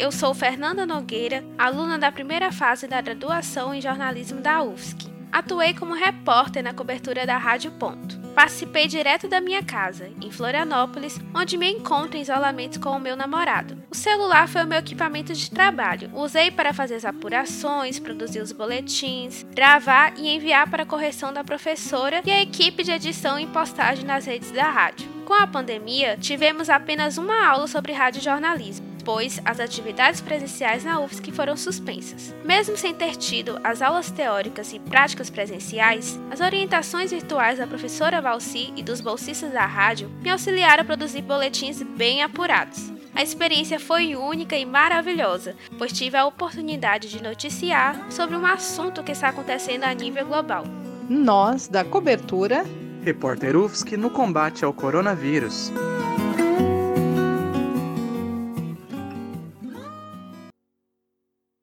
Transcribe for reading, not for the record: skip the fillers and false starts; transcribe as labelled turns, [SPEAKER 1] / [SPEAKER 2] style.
[SPEAKER 1] eu sou Fernanda Nogueira, aluna da primeira fase da graduação em jornalismo da UFSC. Atuei como repórter na cobertura da Rádio Ponto. Participei direto da minha casa, em Florianópolis, onde me encontro em isolamento com o meu namorado. O celular foi o meu equipamento de trabalho. Usei para fazer as apurações, produzir os boletins, gravar e enviar para a correção da professora e a equipe de edição e postagem nas redes da rádio. Com a pandemia, tivemos apenas uma aula sobre radiojornalismo, pois as atividades presenciais na UFSC foram suspensas. Mesmo sem ter tido as aulas teóricas e práticas presenciais, as orientações virtuais da professora Valci e dos bolsistas da rádio me auxiliaram a produzir boletins bem apurados. A experiência foi única e maravilhosa, pois tive a oportunidade de noticiar sobre um assunto que está acontecendo a nível global.
[SPEAKER 2] Nós, da cobertura,
[SPEAKER 3] Repórter UFSC no combate ao coronavírus.